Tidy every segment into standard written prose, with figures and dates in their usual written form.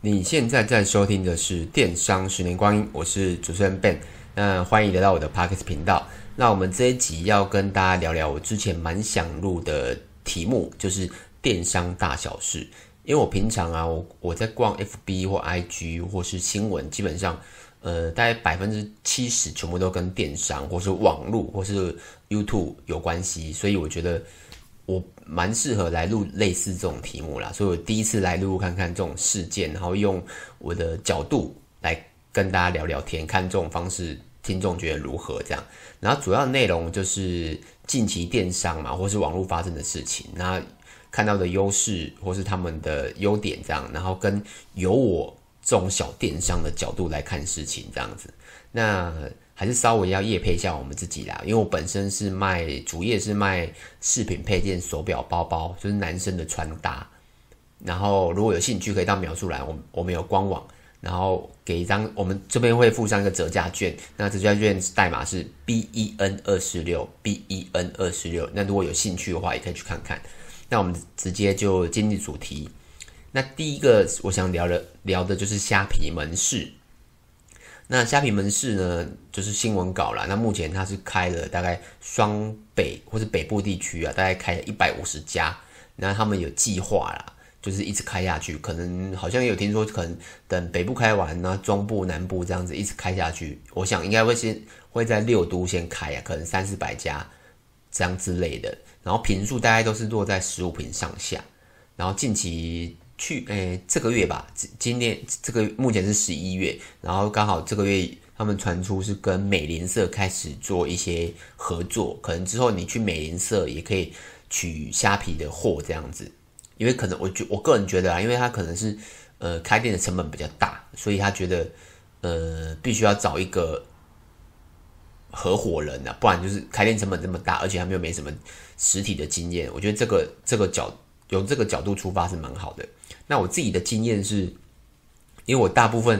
你现在在收听的是电商10年光阴，我是主持人 Ben， 欢迎来到我的 Podcast 频道。那我们这一集要跟大家聊聊我之前蛮想录的题目，就是电商大小事。因为我平常啊，我在逛 FB 或 IG 或是新闻，基本上大概70%全部都跟电商或是网络或是 YouTube 有关系，所以我觉得我蛮适合来录类似这种题目啦，所以我第一次来录看看这种事件，然后用我的角度来跟大家聊聊天，看这种方式听众觉得如何这样。然后主要内容就是近期电商嘛，或是网络发生的事情，那看到的优势或是他们的优点这样，然后跟由我这种小电商的角度来看事情这样子。那还是稍微要业配一下我们自己啦，因为我本身是主业是卖饰品配件、手表、包包，就是男生的穿搭。然后如果有兴趣，可以到描述栏，我们有官网，然后给一张，我们这边会附上一个折价券，那折价券代码是 BEN26，BEN26。那如果有兴趣的话，也可以去看看。那我们直接就进入主题。那第一个我想聊的就是虾皮门市。那虾皮门市呢，就是新闻稿啦。那目前它是开了大概双北或是北部地区啊，大概开了150家。那他们有计划啦，就是一直开下去。可能好像有听说，可能等北部开完，那中部、南部这样子一直开下去。我想应该会在6都先开啊，可能300-400家这样之类的。然后坪数大概都是落在15坪上下。然后近期这个月吧，今年这个目前是11月，然后刚好这个月他们传出是跟美联社开始做一些合作，可能之后你去美联社也可以取虾皮的货这样子。因为可能我个人觉得啊，因为他可能是开店的成本比较大，所以他觉得必须要找一个合伙人啊，不然就是开店成本这么大，而且他们又没什么实体的经验，我觉得由这个角度出发是蛮好的。那我自己的经验是，因为我大部分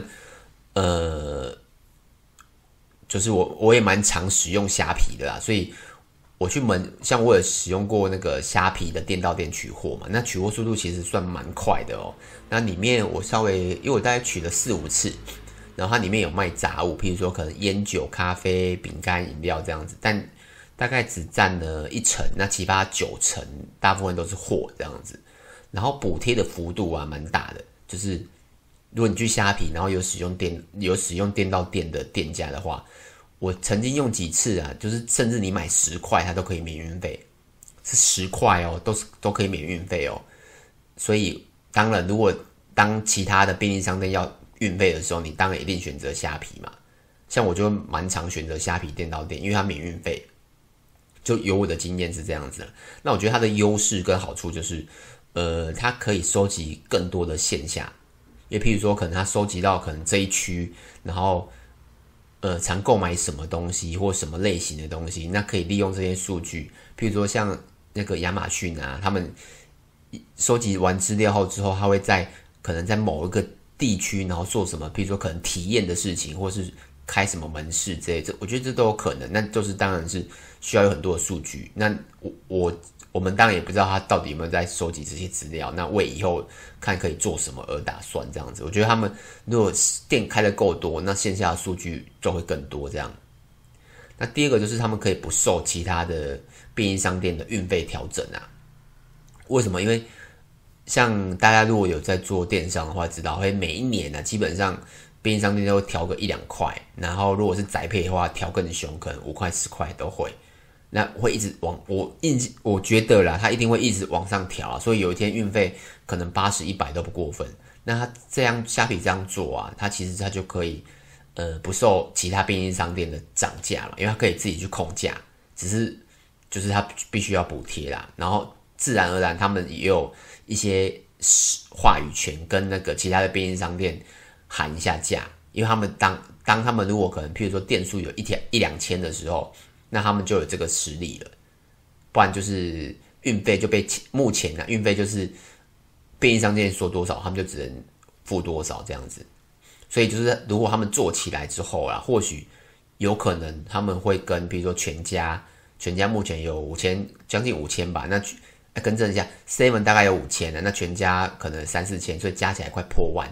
就是我也蛮常使用虾皮的啦，所以我像我有使用过那个虾皮的店到店取货嘛，那取货速度其实算蛮快的哦。那里面因为我大概取了4-5次，然后它里面有卖杂物，譬如说可能烟酒、咖啡、饼干、饮料这样子，但大概只占了1成，那其他9成大部分都是货这样子。然后补贴的幅度啊蛮大的，就是如果你去虾皮，然后有使用店到店的店家的话，我曾经用几次啊，就是甚至你买10块，它都可以免运费，是10块哦，都可以免运费哦。所以当然，当其他的便利商店要运费的时候，你当然一定选择虾皮嘛。像我就蛮常选择虾皮店到店，因为它免运费。就有我的经验是这样子的。那我觉得它的优势跟好处就是，它可以收集更多的线下，因为譬如说，可能它收集到可能这一区，然后常购买什么东西或什么类型的东西，那可以利用这些数据，譬如说像那个亚马逊啊，他们收集完资料后之后，他会可能在某一个地区，然后做什么，譬如说可能体验的事情，或是开什么门市之类的，我觉得这都有可能。那就是当然是需要有很多的数据。那我们当然也不知道他到底有没有在收集这些资料，那为以后看可以做什么而打算这样子。我觉得他们如果店开的够多，那线下的数据就会更多这样。那第二个就是他们可以不受其他的便利商店的运费调整啊。为什么？因为像大家如果有在做电商的话，知道会每一年啊，基本上便利商店都会调个1-2块，然后如果是宅配的话，调更凶，可能5块、10块都会。那会一直我觉得啦，它一定会一直往上调啊，所以有一天运费可能80、100都不过分。那它虾皮这样做啊，它其实它就可以不受其他便利商店的涨价嘛，因为它可以自己去控价，只是就是它必须要补贴啦，然后自然而然他们也有一些话语权跟那个其他的便利商店喊一下价，因为他们当他们如果可能譬如说店数有1-2千的时候，那他们就有这个实力了。不然就是运费就目前运费就是便利商店说多少他们就只能付多少这样子。所以就是如果他们做起来之后啊，或许有可能他们会跟比如说全家目前有将近5000吧，那更正一下 ，7 大概有5000的，那全家可能3-4千，所以加起来快破万。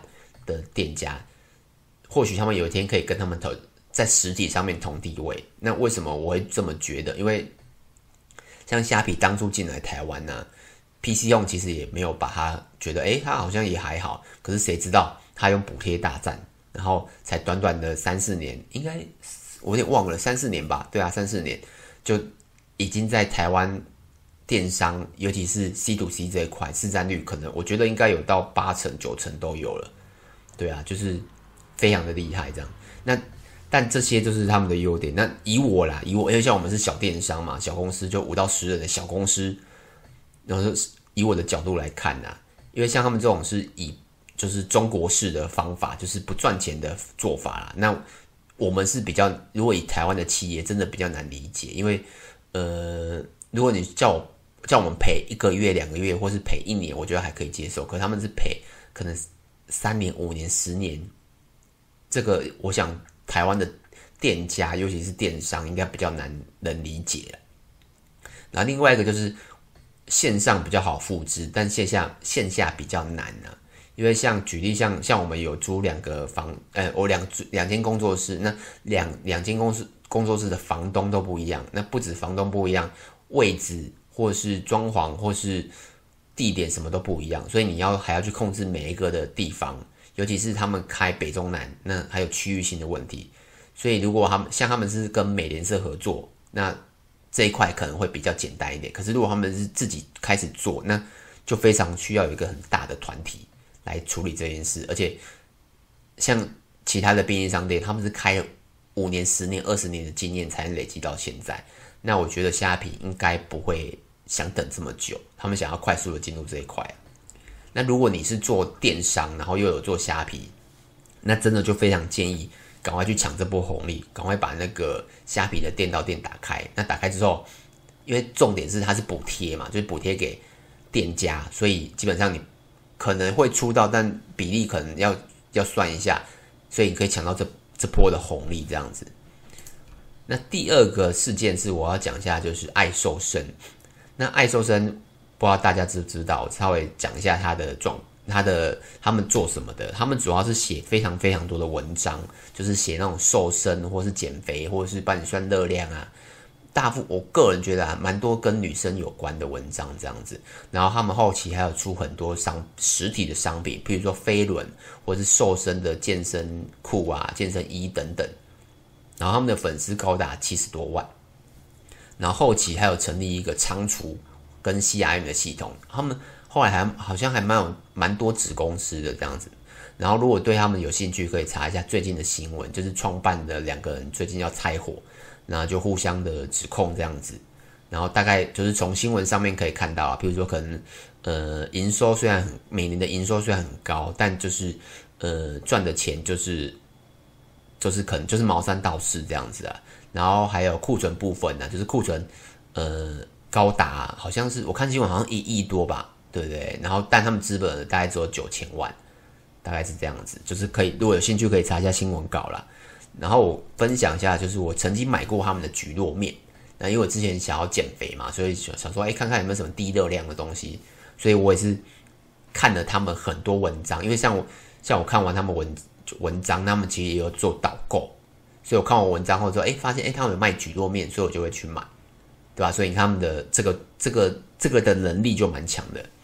的店家，或许他们有一天可以跟他们在实体上面同地位。那为什么我会这么觉得？因为像虾皮当初进来台湾呢，PC Home 其实也没有把它觉得，它好像也还好。可是谁知道他用补贴大战，然后才短短的3-4年，应该我有点忘了3-4年吧？对啊，3-4年就已经在台湾电商，尤其是 C to C 这一块市占率，可能我觉得应该有到8-9成都有了。对啊，就是非常的厉害这样。但这些就是他们的优点。那以我，因为像我们是小电商嘛，小公司就5到10人的小公司，然后以我的角度来看因为像他们这种是以就是中国式的方法，就是不赚钱的做法啦。那我们是比较，如果以台湾的企业，真的比较难理解，因为如果你叫我们赔1个月、2个月，或是赔1年，我觉得还可以接受。可他们是赔可能3年、5年、10年，这个我想台湾的店家，尤其是电商，应该比较能理解了。然后另外一个就是线上比较好复制，但线下比较难因为举例像我们有租2个我两间工作室，那两间工作室的房东都不一样，那不止房东不一样，位置或是装潢或是地点什么都不一样，所以你还要去控制每一个的地方，尤其是他们开北中南，那还有区域性的问题。所以如果他们是跟美联社合作，那这一块可能会比较简单一点。可是如果他们是自己开始做，那就非常需要有一个很大的团体来处理这件事。而且像其他的便利商店，他们是开了5年、10年、20年的经验才能累积到现在。那我觉得虾皮应该不会想等这么久，他们想要快速的进入这一块。那如果你是做电商，然后又有做虾皮，那真的就非常建议赶快去抢这波红利，赶快把那个虾皮的店到店打开。那打开之后，因为重点是它是补贴嘛，就是补贴给店家，所以基本上你可能会出到，但比例可能要算一下，所以你可以抢到这波的红利这样子。那第二个事件是我要讲一下，就是爱瘦身。那爱瘦身不知道大家知不知道，我稍微讲一下他们做什么的。他们主要是写非常非常多的文章，就是写那种瘦身或是减肥或是帮你算热量我个人觉得蛮多跟女生有关的文章这样子。然后他们后期还有出很多实体的商品，譬如说飞轮或是瘦身的健身裤健身衣等等。然后他们的粉丝高达70多万。然后后期还有成立一个仓储跟 CRM 的系统，他们后来好像还蛮多子公司的这样子。然后如果对他们有兴趣，可以查一下最近的新闻，就是创办的2个人最近要拆伙，那就互相的指控这样子。然后大概就是从新闻上面可以看到比如说可能营收每年的营收虽然很高，但就是赚的钱就是可能就是毛3到4这样子然后还有库存部分就是库存高达好像是我看新闻好像1亿多吧，对不对？然后但他们资本大概只有9000万，大概是这样子。就是如果有兴趣可以查一下新闻稿啦。然后我分享一下，就是我曾经买过他们的蒟蒻面。那因为我之前想要减肥嘛，所以想说看看有没有什么低热量的东西，所以我也是看了他们很多文章。因为像我看完他们文章，他们其实也有做导购，所以我看完文章后之后发现他们有卖蒟蒻面，所以我就会去买，对吧？所以他们的这个的能力就蛮强的。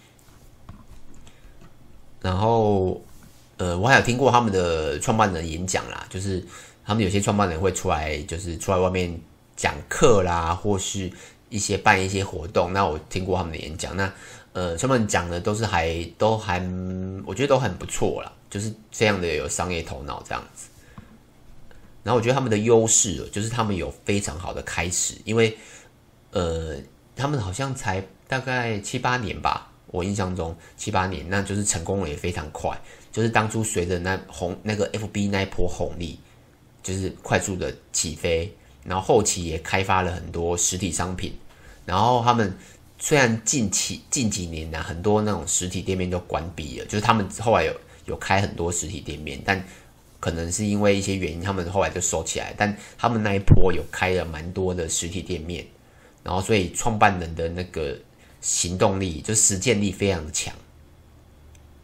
然后我还有听过他们的创办人演讲啦，就是他们有些创办人会出来外面讲课啦，或是办一些活动。那我听过他们的演讲，那他们讲的都还我觉得都很不错啦，就是非常的有商业头脑这样子。然后我觉得他们的优势就是他们有非常好的开始，因为他们好像才大概7-8年吧，我印象中7-8年，那就是成功了也非常快。就是当初随着那个 FB 那一波红利，就是快速的起飞，然后后期也开发了很多实体商品。然后他们虽然近几年很多那种实体店面都关闭了，就是他们后来有开很多实体店面，但可能是因为一些原因，他们后来就收起来。但他们那一波有开了蛮多的实体店面，然后所以创办人的那个行动力，就实践力非常的强。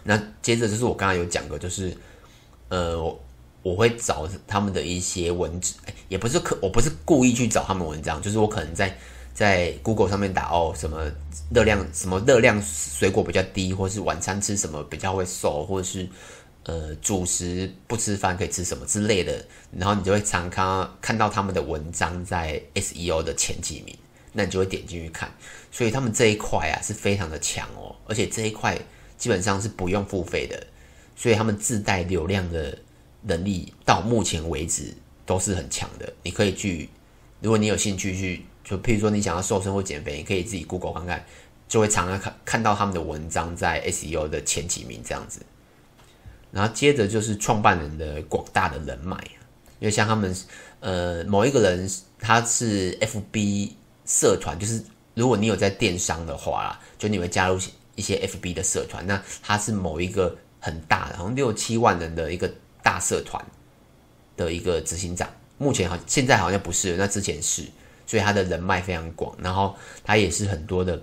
那接着就是我刚才有讲过，就是我会找他们的一些文字，也不是我不是故意去找他们文章，就是我可能在 Google 上面打什么热量水果比较低，或是晚餐吃什么比较会瘦，或者是主食不吃饭可以吃什么之类的，然后你就会常看到他们的文章在 SEO 的前几名，那你就会点进去看。所以他们这一块是非常的强哦，而且这一块基本上是不用付费的，所以他们自带流量的能力到目前为止都是很强的。你可以去，如果你有兴趣去，就譬如说你想要瘦身或减肥，你可以自己 Google 看看，就会常常看到他们的文章在 SEO 的前几名这样子。然后接着就是创办人的广大的人脉，因为像他们某一个人他是 FB 社团，就是如果你有在电商的话啦，就你会加入一些 FB 的社团，那他是某一个很大的，好像6-7万人的一个大社团的一个执行长，现在好像不是，那之前是，所以他的人脉非常广，然后他也是很多的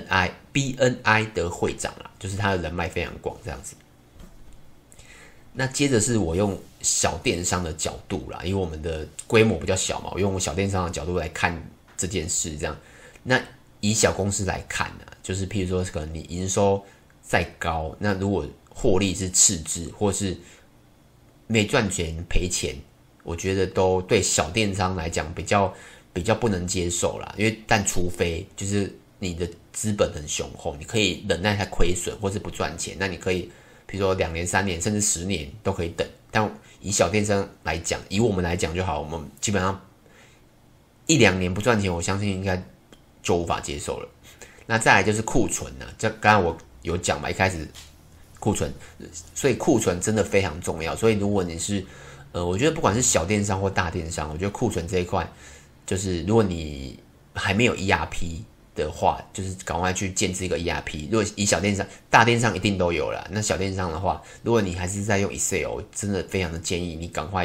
BNI 的会长啦，就是他的人脉非常广这样子。那接着是我用小电商的角度啦，因为我们的规模比较小嘛，我用小电商的角度来看这件事这样。那以小公司来看呢，就是譬如说可能你营收再高，那如果获利是赤字，或是没赚钱赔钱，我觉得都对小电商来讲比较不能接受啦。因为但除非就是你的资本很雄厚，你可以忍耐它亏损或是不赚钱，那你可以比如说2年、3年甚至10年都可以等。但以小电商来讲，以我们来讲就好，我们基本上1-2年不赚钱，我相信应该就无法接受了。那再来就是库存啊，这刚刚我有讲嘛，一开始库存，所以库存真的非常重要。所以如果你是我觉得不管是小电商或大电商，我觉得库存这一块，就是如果你还没有 ERP 的话，就是赶快去建置一个 ERP。如果以小电商，大电商一定都有啦。那小电商的话，如果你还是在用 Excel， 真的非常的建议你赶快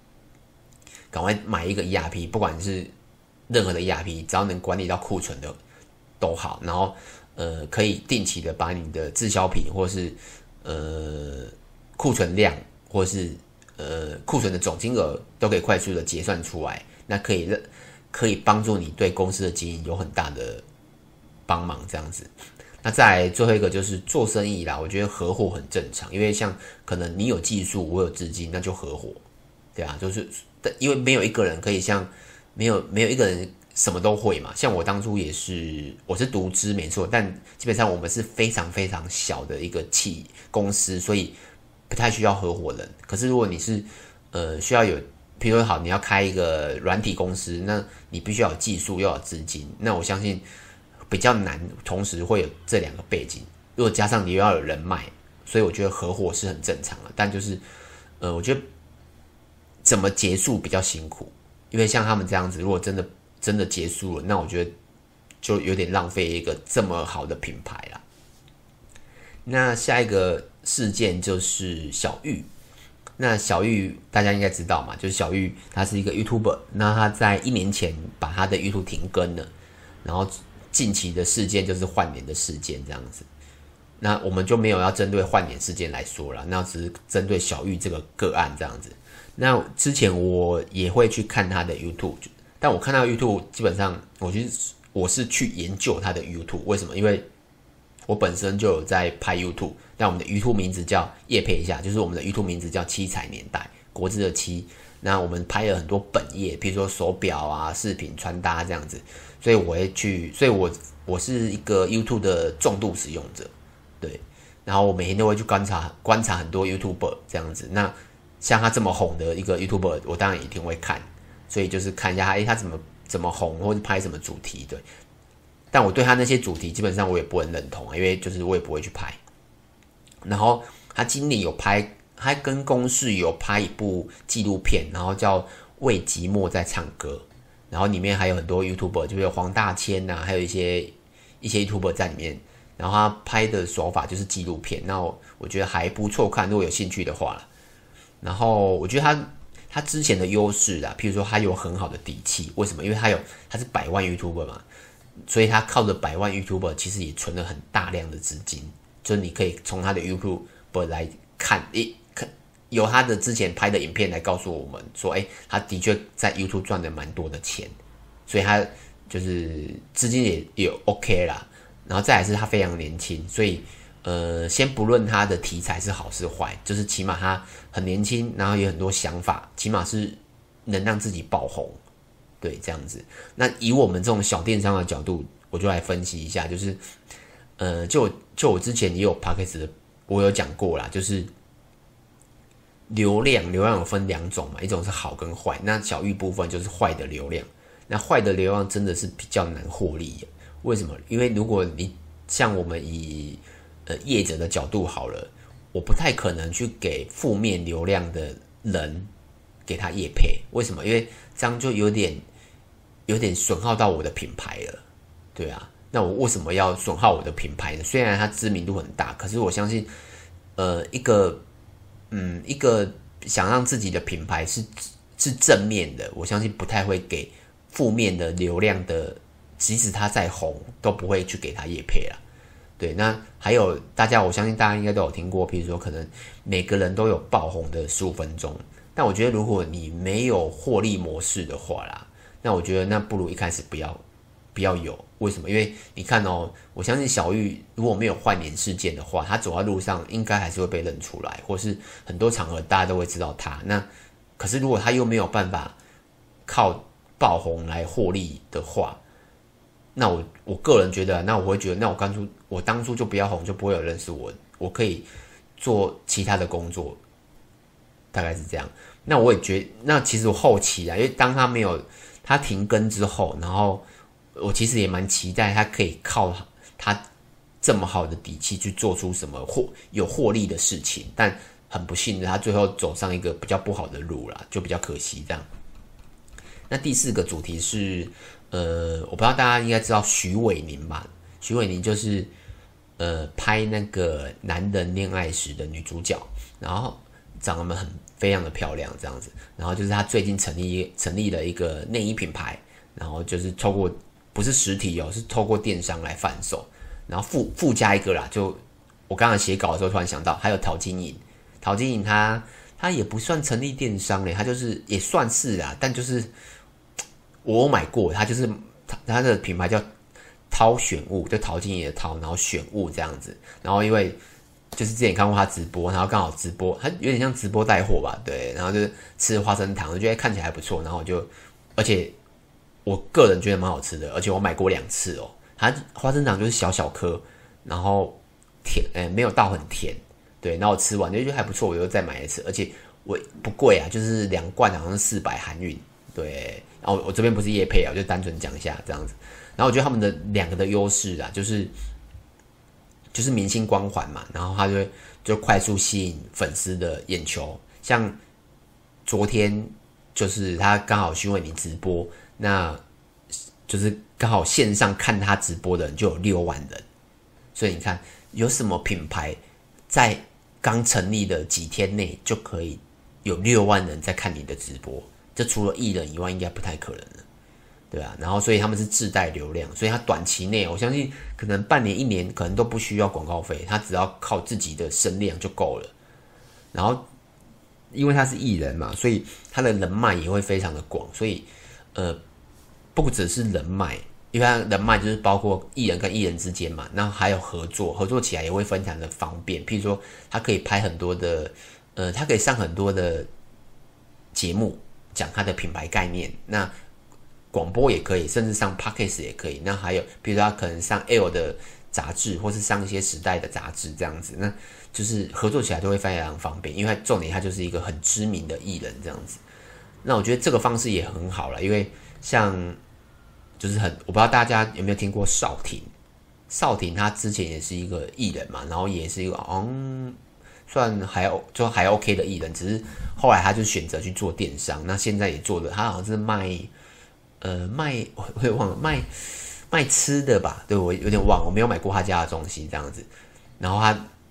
买一个 ERP， 不管是任何的 ERP， 只要能管理到库存的都好。然后可以定期的把你的滞销品或是库存量或是库存的总金额都可以快速的结算出来，那可以帮助你对公司的经营有很大的帮忙这样子。那再来最后一个就是做生意啦，我觉得合伙很正常，因为像可能你有技术，我有资金，那就合伙，对啊，就是因为没有一个人可以像没有一个人什么都会嘛。像我当初也是，我是独资没错，但基本上我们是非常非常小的一个公司，所以不太需要合伙人。可是如果你是需要有，比如说好，你要开一个软体公司，那你必须要有技术，又有资金，那我相信比较难同时会有这2个背景。如果加上你又要有人脉，所以我觉得合伙是很正常的。但就是我觉得怎么结束比较辛苦，因为像他们这样子，如果真的结束了，那我觉得就有点浪费一个这么好的品牌啦。那下一个事件就是小玉。那小玉大家应该知道嘛，就是小玉他是一个 YouTuber， 那他在1年前把他的 YouTube 停更了，然后近期的事件就是换脸的事件这样子。那我们就没有要针对换脸事件来说了，那只是针对小玉这个个案这样子。那之前我也会去看他的 YouTube， 但我看到 YouTube 基本上我是去研究他的 YouTube， 为什么？因为我本身就有在拍 YouTube， 但我们的 YouTube 名字叫业配一下，就是我们的 YouTube 名字叫七彩年代，国字的七。那我们拍了很多本业，比如说手表啊、饰品、穿搭这样子，所以我是一个 YouTube 的重度使用者，对。然后我每天都会去观察很多 YouTuber 这样子。那像他这么红的一个 YouTuber， 我当然一定会看，所以就是看一下他怎么红，或者拍什么主题，对。但我对他那些主题基本上我也不很认同，因为就是我也不会去拍。然后他今年有拍，他跟公视有拍一部纪录片，然后叫《为寂寞在唱歌》，然后里面还有很多 YouTuber， 就是有黄大千啊，还有一些 YouTuber 在里面。然后他拍的手法就是纪录片，那我觉得还不错看，如果有兴趣的话啦。然后我觉得他之前的优势啦，譬如说他有很好的底气，为什么？因为他是100万 YouTuber 嘛。所以他靠着100万 YouTuber 其实也存了很大量的资金，就是你可以从他的 YouTube YouTuber 来看，由他的之前拍的影片来告诉我们说，他的确在 YouTube 赚了蛮多的钱，所以他就是资金也 OK 啦。然后再来是他非常年轻，所以先不论他的题材是好是坏，就是起码他很年轻，然后有很多想法，起码是能让自己爆红，对，这样子。那以我们这种小电商的角度，我就来分析一下，就是就我之前也有 podcast 的，我有讲过啦，就是流量有分2种嘛，一种是好跟坏，那小玉部分就是坏的流量，那坏的流量真的是比较难获利的。为什么？因为如果你像我们以业者的角度好了，我不太可能去给负面流量的人给他业配，为什么？因为这样就有点损耗到我的品牌了，对啊。那我为什么要损耗我的品牌呢？虽然它知名度很大，可是我相信，一个想让自己的品牌是正面的，我相信不太会给负面的流量的。即使他再红，都不会去给他业配啦。对，那还有我相信大家应该都有听过，譬如说可能每个人都有爆红的15分钟，但我觉得如果你没有获利模式的话啦，那我觉得那不如一开始不要有。为什么？因为你看我相信小玉如果没有换脸事件的话，他走在路上应该还是会被认出来，或是很多场合大家都会知道他。那可是如果他又没有办法靠爆红来获利的话，那我个人觉得，那我会觉得，那我当初就不要红，就不会有人认识我，我可以做其他的工作，大概是这样。那我也觉得，那其实我后期因为当他停更之后，然后我其实也蛮期待他可以靠他这么好的底气去做出什么有获利的事情，但很不幸的，他最后走上一个比较不好的路啦，就比较可惜这样。那第4个主题是。我不知道大家应该知道徐伟宁吧？徐伟宁就是拍那个《男人恋爱时》的女主角，然后长得非常的漂亮这样子。然后就是她最近成立了一个内衣品牌，然后就是透过不是实体是透过电商来贩售。然后附加一个啦，就我刚才写稿的时候突然想到，还有陶晶莹。陶晶莹她也不算成立电商她就是也算是啦，但就是。我有买过，它就是它的品牌叫涛选物，就陶晶莹的涛，然后选物这样子。然后因为就是之前看过他直播，然后刚好直播，他有点像直播带货吧，对。然后就是吃花生糖，我觉得看起来还不错，然后而且我个人觉得蛮好吃的，而且我买过2次哦。它花生糖就是小小颗，然后甜，没有到很甜，对。然后我吃完就觉得还不错，我又再买一次，而且我不贵啊，就是2罐好像是400韩运，对。然后我这边不是业配啊，我就单纯讲一下这样子。然后我觉得他们的2个的优势啊，就是明星光环嘛，然后他就快速吸引粉丝的眼球。像昨天就是他刚好徐伟宁直播，那就是刚好线上看他直播的人就有6万人。所以你看，有什么品牌在刚成立的几天内就可以有6万人在看你的直播？这除了艺人以外，应该不太可能了，对啊。然后，所以他们是自带流量，所以他短期内，我相信可能半年、1年，可能都不需要广告费，他只要靠自己的声量就够了。然后，因为他是艺人嘛，所以他的人脉也会非常的广，所以不只是人脉，因为他人脉就是包括艺人跟艺人之间嘛，然后还有合作起来也会非常的方便。譬如说，他可以拍很多的，他可以上很多的节目。讲他的品牌概念，那广播也可以，甚至上 Podcast 也可以。那还有，比如说他可能上 L 的杂志，或是上一些时代的杂志这样子，那就是合作起来都会非常方便。因为重点他就是一个很知名的艺人这样子。那我觉得这个方式也很好啦，因为像就是我不知道大家有没有听过少廷他之前也是一个艺人嘛，然后也是一个算还 OK 的艺人，只是后来他就选择去做电商，那现在也做的，他好像是卖我也忘了卖吃的吧，对，我有点忘了，我没有买过他家的东西这样子。然后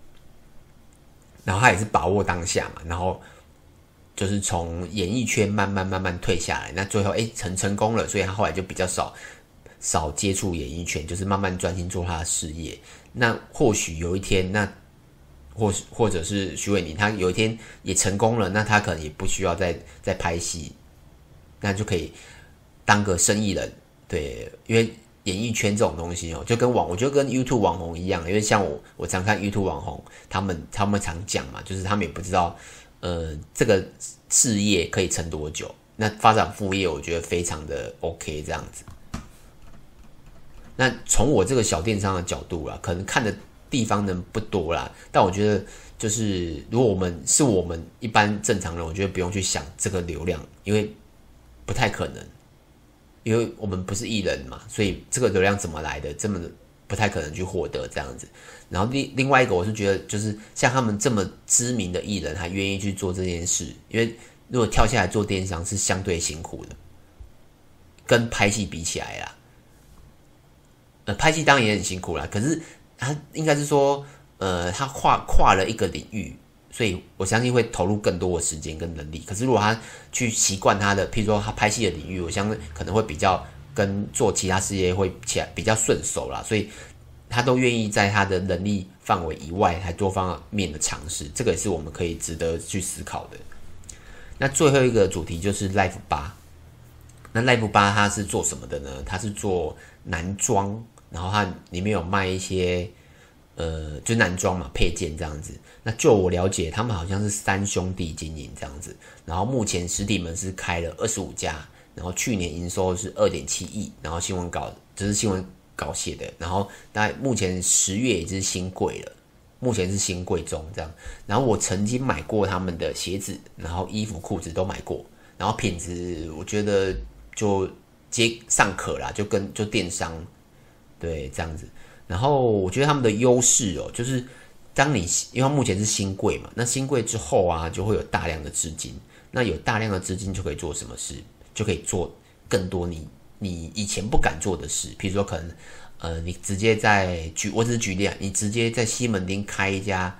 他也是把握当下嘛，然后就是从演艺圈慢慢退下来，那最后成功了，所以他后来就比较少接触演艺圈，就是慢慢专心做他的事业。那或许有一天，那或者是徐伟宁，他有一天也成功了，那他可能也不需要再拍戏，那就可以当个生意人。对，因为演艺圈这种东西就跟我觉得跟 YouTube 网红一样，因为像我常看 YouTube 网红，他们常讲嘛，就是他们也不知道这个事业可以撑多久，那发展副业我觉得非常的 OK 这样子。那从我这个小电商的角度啦，可能看的地方呢不多啦，但我觉得就是如果我们一般正常人，我觉得不用去想这个流量，因为不太可能，因为我们不是艺人嘛，所以这个流量怎么来的，这么不太可能去获得这样子。然后另外一个，我是觉得就是像他们这么知名的艺人，还愿意去做这件事，因为如果跳下来做电商是相对辛苦的，跟拍戏比起来啦。拍戏当然也很辛苦啦，可是他应该是说，他跨了一个领域，所以我相信会投入更多的时间跟能力。可是如果他去习惯他的，譬如说他拍戏的领域，我相信可能会比较跟做其他事业会起来比较顺手啦，所以他都愿意在他的能力范围以外，还多方面的尝试，这个也是我们可以值得去思考的。那最后一个主题就是 Life 8，那 Life 8它是做什么的呢？它是做男装。然后它里面有卖一些就男装嘛配件这样子。那就我了解，他们好像是3兄弟经营这样子。然后目前实体门市开了25家，然后去年营收是2.7亿，然后这是新闻稿写的。然后大概目前10月也是新柜了，目前是新柜中这样。然后我曾经买过他们的鞋子，然后衣服裤子都买过，然后品质我觉得就尚可啦，就电商。对，这样子。然后我觉得他们的优势就是因为它目前是新柜嘛，那新柜之后啊，就会有大量的资金。那有大量的资金就可以做什么事？就可以做更多你以前不敢做的事。比如说，可能你直接我只是举例啊，你直接在西门町开一家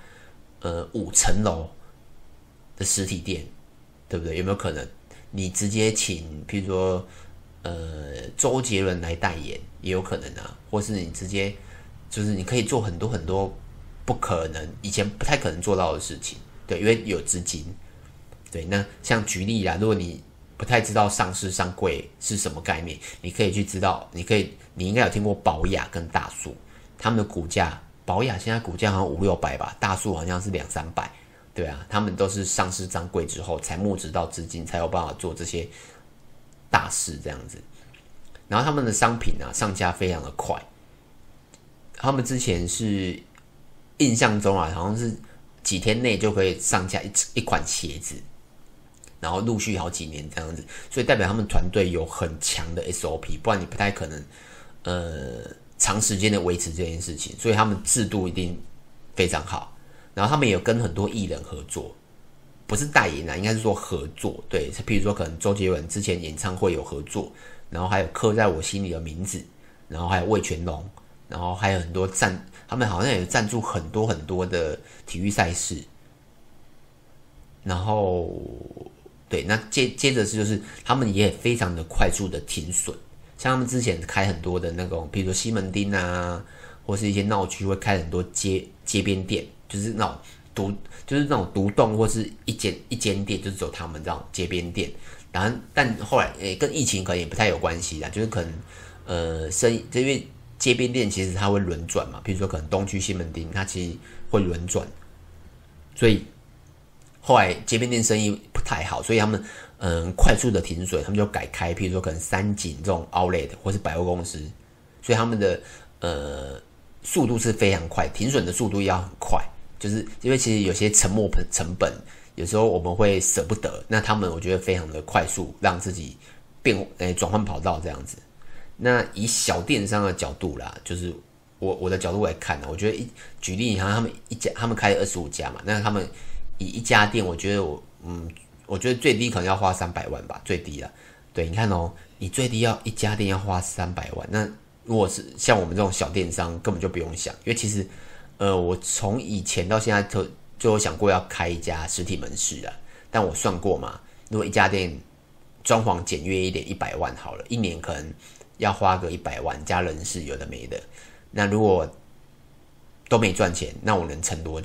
5层楼的实体店，对不对？有没有可能？你直接请，譬如说周杰伦来代言也有可能啊，或是你直接就是你可以做很多很多不可能以前不太可能做到的事情，对，因为有资金。对，那像举例啦，如果你不太知道上市上柜是什么概念，你可以去知道，你应该有听过宝雅跟大树，他们的股价，宝雅现在股价好像500-600吧，大树好像是200-300，对啊，他们都是上市上柜之后才募集到资金，才有办法做这些大事这样子。然后他们的商品啊上架非常的快，他们之前是印象中啊好像是几天内就可以上架一款鞋子，然后陆续好几年这样子，所以代表他们团队有很强的 SOP， 不然你不太可能长时间的维持这件事情，所以他们制度一定非常好。然后他们也有跟很多艺人合作，不是代言啊，应该是说合作。对，譬如说可能周杰伦之前演唱会有合作，然后还有刻在我心里的名字，然后还有魏全龙，然后还有很多他们好像也赞助很多很多的体育赛事。然后对，那接着就是他们也非常的快速的停损，像他们之前开很多的那种，比如说西门町啊，或是一些闹区会开很多街边店，就是那种独栋或是一间店，就是走他们这种街边店。然后但后来跟疫情可能也不太有关系啦，就是可能生意，因为街边店其实它会轮转嘛，比如说可能东区西门町它其实会轮转，所以后来街边店生意不太好，所以他们快速的停损，他们就改开，譬如说可能三井这种 outlet 或是百货公司，所以他们的速度是非常快，停损的速度要很快，就是因为其实有些沉没成本，有时候我们会舍不得，那他们我觉得非常的快速，让自己转换跑道这样子。那以小电商的角度啦，就是我的角度来看呢，我觉得举例，他们开了25家嘛，那他们以一家店，我觉得最低可能要花300万吧，最低啦。对，你看你最低要一家店要花300万，那如果是像我们这种小电商，根本就不用想，因为其实我从以前到现在就有想过要开一家实体门市啊，但我算过嘛，如果一家店装潢简约一点，100万好了，一年可能要花个100万加人事有的没的，那如果都没赚钱，那我能撑多久？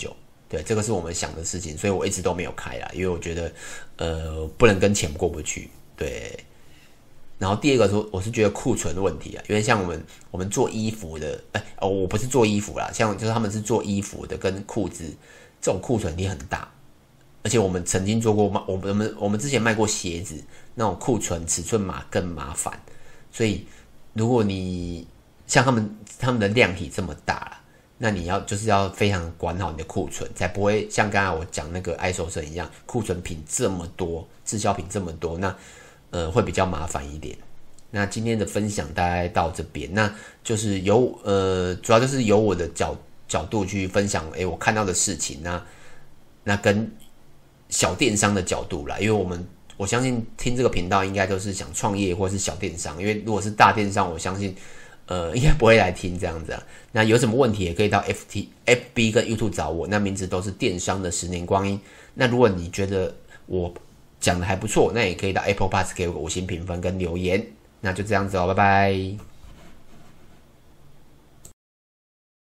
对，这个是我们想的事情，所以我一直都没有开啦，因为我觉得不能跟钱过不去。对，然后第二个说，我是觉得库存的问题啊，因为像我们做衣服的，我不是做衣服啦，像就是他们是做衣服的跟裤子，这种库存力很大，而且我们曾经做过，我们之前卖过鞋子，那种库存尺寸码更麻烦，所以如果你像他们的量体这么大啦，那你就是要非常管好你的库存，才不会像刚才我讲那个爱手绳一样，库存品这么多，滞销品这么多，那会比较麻烦一点。那今天的分享大概到这边，那就是主要就是由我的角度去分享，我看到的事情，那跟小电商的角度啦，因为我相信听这个频道应该都是想创业或是小电商，因为如果是大电商，我相信应该不会来听这样子啊。那有什么问题也可以到 FB 跟 YouTube 找我，那名字都是电商的10年光阴。那如果你觉得我讲的还不错，那也可以到 Apple Podcast 给我个5星评分跟留言。那就这样子哦，拜拜。